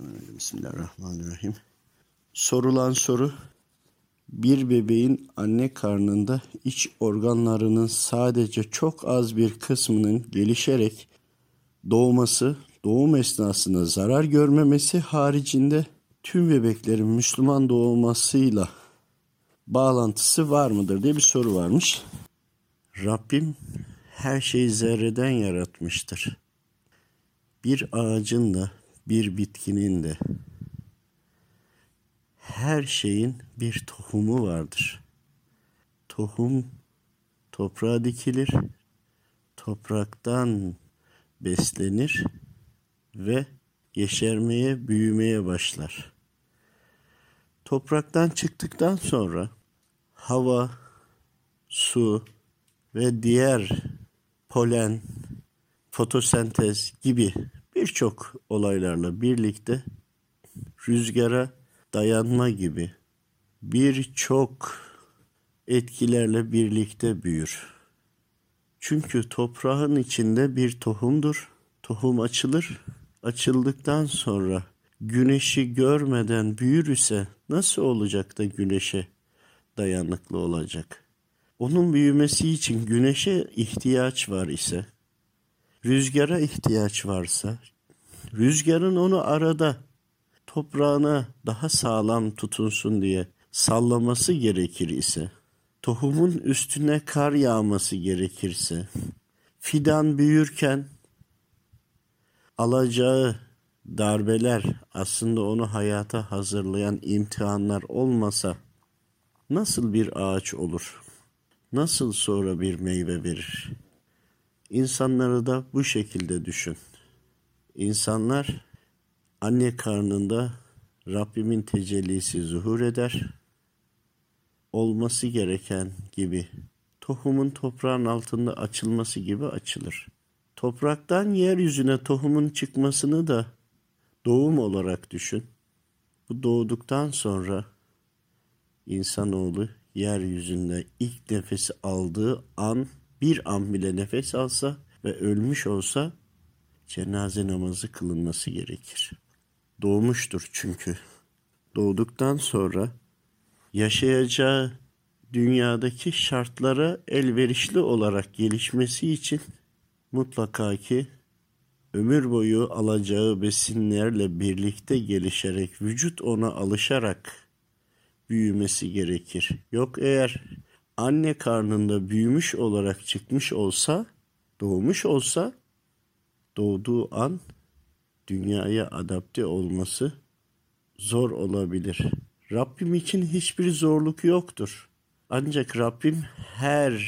Bismillahirrahmanirrahim. Sorulan soru, bir bebeğin anne karnında iç organlarının sadece çok az bir kısmının gelişerek doğması, doğum esnasında zarar görmemesi haricinde tüm bebeklerin Müslüman doğmasıyla bağlantısı var mıdır diye bir soru varmış. Rabbim her şeyi zerreden yaratmıştır. Bir ağacın da, bir bitkinin de, her şeyin bir tohumu vardır. Tohum toprağa dikilir, topraktan beslenir ve yeşermeye, büyümeye başlar. Topraktan çıktıktan sonra hava, su ve diğer polen, fotosentez gibi birçok olaylarla birlikte rüzgara dayanma gibi birçok etkilerle birlikte büyür. Çünkü toprağın içinde bir tohumdur. Tohum açılır. Açıldıktan sonra güneşi görmeden büyür ise nasıl olacak da güneşe dayanıklı olacak? Onun büyümesi için güneşe ihtiyaç var ise, rüzgara ihtiyaç varsa, rüzgarın onu arada toprağına daha sağlam tutunsun diye sallaması gerekir ise, tohumun üstüne kar yağması gerekirse, fidan büyürken alacağı darbeler aslında onu hayata hazırlayan imtihanlar olmasa nasıl bir ağaç olur? Nasıl sonra bir meyve verir? İnsanları da bu şekilde düşün. İnsanlar anne karnında Rabbimin tecellisi zuhur eder. Olması gereken gibi, tohumun toprağın altında açılması gibi açılır. Topraktan yeryüzüne tohumun çıkmasını da doğum olarak düşün. Bu doğduktan sonra insanoğlu yeryüzünde ilk nefesi aldığı an, bir an bile nefes alsa ve ölmüş olsa cenaze namazı kılınması gerekir. Doğmuştur çünkü. Doğduktan sonra yaşayacağı dünyadaki şartlara elverişli olarak gelişmesi için mutlaka ki ömür boyu alacağı besinlerle birlikte gelişerek, vücut ona alışarak büyümesi gerekir. Yok eğer anne karnında büyümüş olarak çıkmış olsa, doğmuş olsa, doğduğu an dünyaya adapte olması zor olabilir. Rabbim için hiçbir zorluk yoktur. Ancak Rabbim her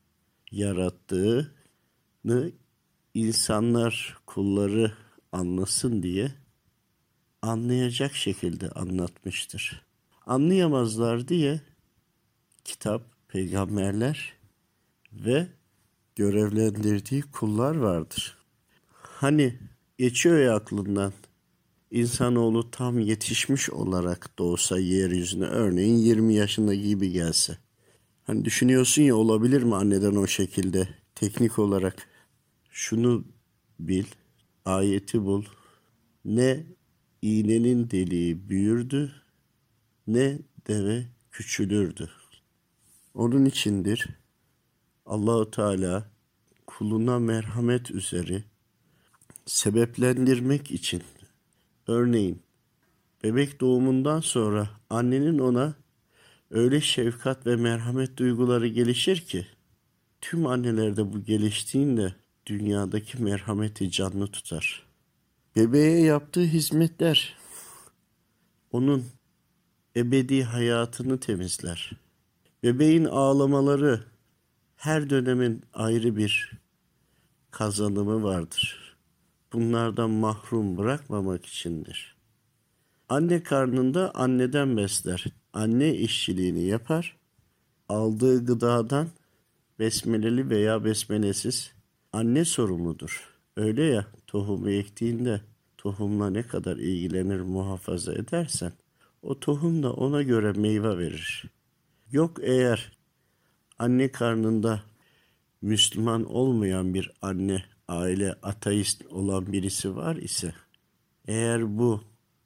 yarattığını insanlar, kulları anlasın diye anlayacak şekilde anlatmıştır. Anlayamazlar diye kitap, peygamberler ve görevlendirdiği kullar vardır. Hani geçiyor ya aklından, İnsanoğlu tam yetişmiş olarak doğsa yeryüzüne, örneğin 20 yaşında gibi gelse. Hani düşünüyorsun ya, olabilir mi anneden o şekilde? Teknik olarak şunu bil, ayeti bul. Ne iğnenin deliği büyürdü, ne deve küçülürdü. Onun içindir Allahu Teala kuluna merhamet üzere sebeplendirmek için, örneğin bebek doğumundan sonra annenin ona öyle şefkat ve merhamet duyguları gelişir ki, tüm annelerde bu geliştiğinde dünyadaki merhameti canlı tutar. Bebeğe yaptığı hizmetler onun ebedi hayatını temizler. Bebeğin ağlamaları her dönemin ayrı bir kazanımı vardır. Bunlardan mahrum bırakmamak içindir. Anne karnında anneden besler. Anne işçiliğini yapar. Aldığı gıdadan besmeleli veya besmelesiz anne sorumludur. Öyle ya, tohumu ektiğinde tohumla ne kadar ilgilenir, muhafaza edersen o tohum da ona göre meyve verir. Yok eğer anne karnında Müslüman olmayan bir anne, aile, ateist olan birisi var ise, eğer bu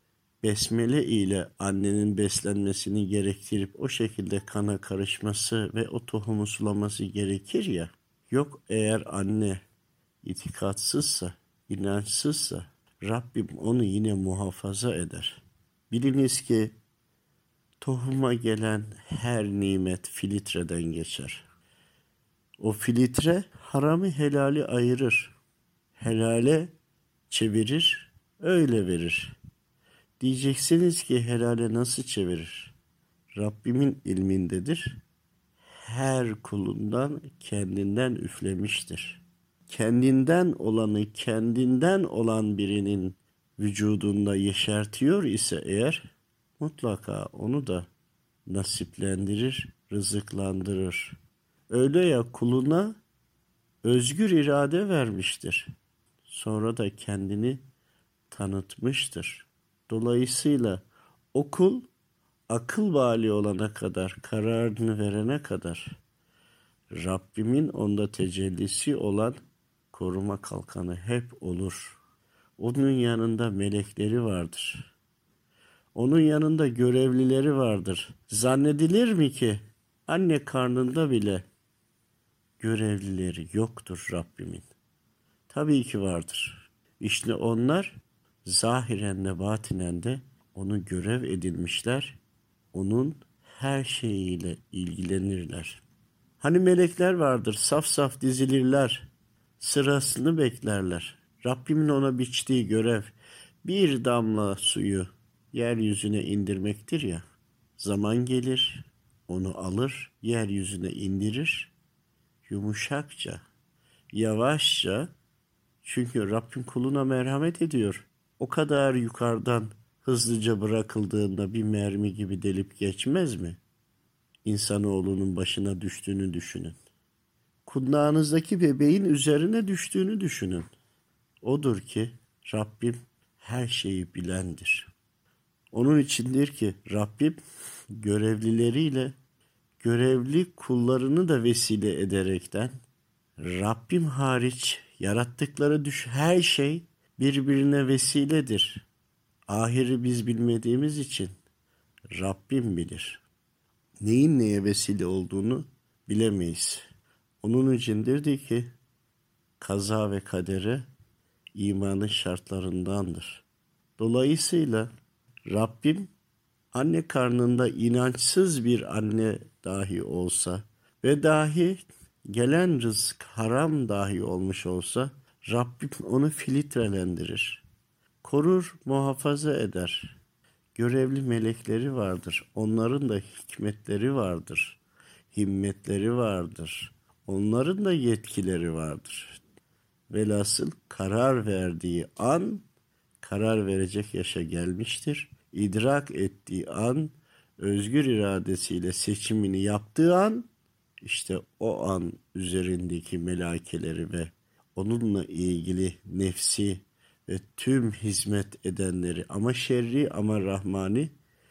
besmele ile annenin beslenmesini gerektirip o şekilde kana karışması ve o tohumu sulaması gerekir ya. Yok, eğer anne itikatsızsa, inançsızsa Rabbim onu yine muhafaza eder. Biliniz ki tohuma gelen her nimet filtreden geçer. O filtre haramı helali ayırır. Helale çevirir, öyle verir. Diyeceksiniz ki helale nasıl çevirir? Rabbimin ilmindedir. Her kulundan kendinden üflemiştir. Kendinden olanı kendinden olan birinin vücudunda yeşertiyor ise eğer mutlaka onu da nasiplendirir, rızıklandırır. Öyle ya kuluna özgür irade vermiştir. Sonra da kendini tanıtmıştır. Dolayısıyla o kul akıl bali olana kadar, kararını verene kadar Rabbimin onda tecellisi olan koruma kalkanı hep olur. Onun yanında melekleri vardır. Onun yanında görevlileri vardır. Zannedilir mi ki anne karnında bile görevlileri yoktur Rabbimin? Tabii ki vardır. İşte onlar zahiren de batinen de onu görev edinmişler. Onun her şeyiyle ilgilenirler. Hani melekler vardır, saf saf dizilirler, sırasını beklerler. Rabbimin ona biçtiği görev bir damla suyu yeryüzüne indirmektir ya. Zaman gelir, onu alır, yeryüzüne indirir, yumuşakça, yavaşça, çünkü Rabbim kuluna merhamet ediyor. O kadar yukarıdan hızlıca bırakıldığında bir mermi gibi delip geçmez mi? İnsanoğlunun başına düştüğünü düşünün. Kundağınızdaki bebeğin üzerine düştüğünü düşünün. Odur ki Rabbim her şeyi bilendir. Onun içindir ki Rabbim görevlileriyle görevli kullarını da vesile ederekten Rabbim hariç yarattıkları her şey birbirine vesiledir. Ahiri biz bilmediğimiz için Rabbim bilir. Neyin neye vesile olduğunu bilemeyiz. Onun içindir ki kaza ve kadere imanın şartlarındandır. Dolayısıyla Rabbim anne karnında inançsız bir anne dahi olsa ve dahi gelen rızık haram dahi olmuş olsa Rabbim onu filtrelendirir. Korur, muhafaza eder. Görevli melekleri vardır. Onların da hikmetleri vardır. Himmetleri vardır. Onların da yetkileri vardır. Velhasıl karar verdiği an karar verecek yaşa gelmiştir. İdrak ettiği an, özgür iradesiyle seçimini yaptığı an, işte o an üzerindeki melaikeleri ve onunla ilgili nefsi ve tüm hizmet edenleri ama şerri ama rahmani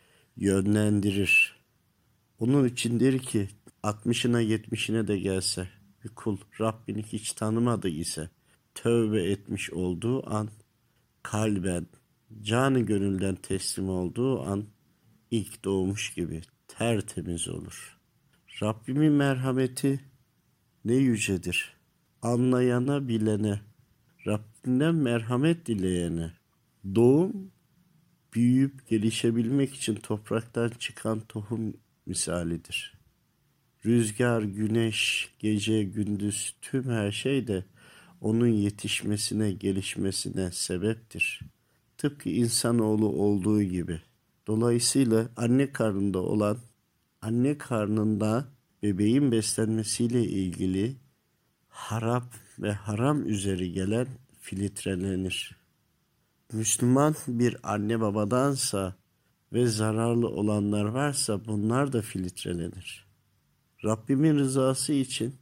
yönlendirir. Onun içindir ki 60'ına 70'ine de gelse bir kul Rabbini hiç tanımadı ise tövbe etmiş olduğu an, kalben, canı gönülden teslim olduğu an ilk doğmuş gibi tertemiz olur. Rabbimin merhameti ne yücedir. Anlayana, bilene, Rabbinden merhamet dileyene. Doğum, büyüyüp gelişebilmek için topraktan çıkan tohum misalidir. Rüzgar, güneş, gece, gündüz tüm her şey de onun yetişmesine, gelişmesine sebeptir. Tıpkı insanoğlu olduğu gibi. Dolayısıyla anne karnında olan, anne karnında bebeğin beslenmesiyle ilgili harap ve haram üzeri gelen filtrelenir. Müslüman bir anne babadansa ve zararlı olanlar varsa bunlar da filtrelenir. Rabbimin rızası için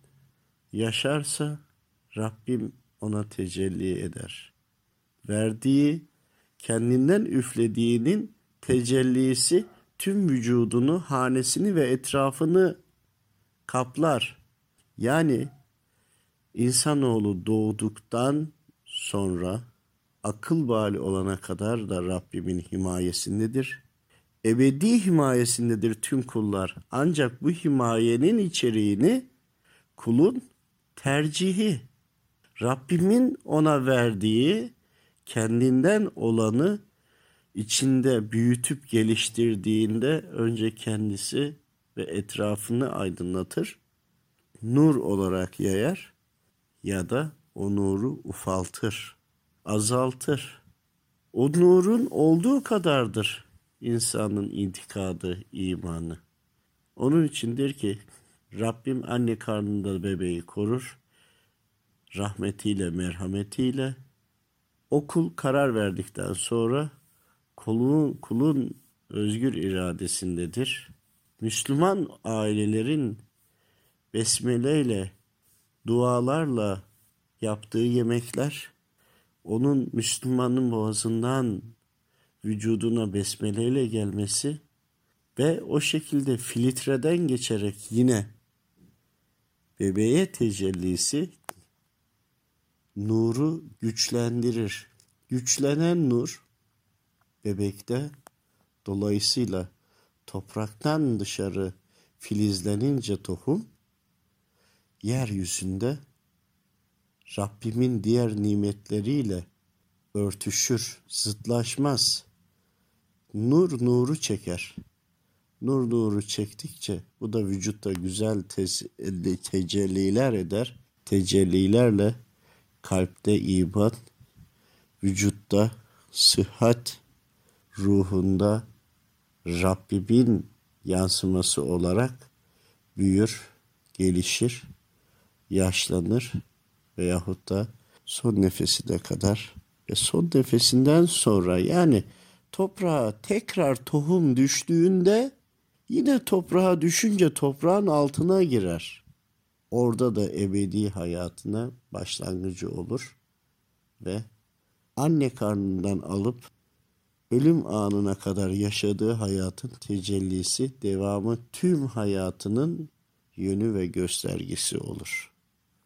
yaşarsa Rabbim ona tecelli eder. Verdiği, kendinden üflediğinin tecellisi tüm vücudunu, hanesini ve etrafını kaplar. Yani insanoğlu doğduktan sonra akıl bali olana kadar da Rabbimin himayesindedir. Ebedi himayesindedir tüm kullar. Ancak bu himayenin içeriğini kulun tercihi, Rabbimin ona verdiği kendinden olanı içinde büyütüp geliştirdiğinde önce kendisi ve etrafını aydınlatır, nur olarak yayar ya da o nuru ufaltır, azaltır. O nurun olduğu kadardır insanın itikadı, imanı. Onun içindir ki Rabbim anne karnında bebeği korur, rahmetiyle, merhametiyle. O kul karar verdikten sonra kulun özgür iradesindedir. Müslüman ailelerin besmeleyle, dualarla yaptığı yemekler, onun Müslümanın boğazından vücuduna besmeleyle gelmesi ve o şekilde filtreden geçerek yine bebeğe tecellisi nuru güçlendirir. Güçlenen nur bebekte dolayısıyla topraktan dışarı filizlenince tohum yeryüzünde Rabbimin diğer nimetleriyle örtüşür, zıtlaşmaz. Nur nuru çeker. Nur nuru çektikçe bu da vücutta güzel tecelliler eder. Tecellilerle kalpte iman, vücutta sıhhat, ruhunda Rabbimin yansıması olarak büyür, gelişir, yaşlanır veyahut da son nefesine kadar ve son nefesinden sonra yani toprağa tekrar tohum düştüğünde yine toprağa düşünce toprağın altına girer. Orada da ebedi hayatına başlangıcı olur ve anne karnından alıp ölüm anına kadar yaşadığı hayatın tecellisi, devamı tüm hayatının yönü ve göstergesi olur.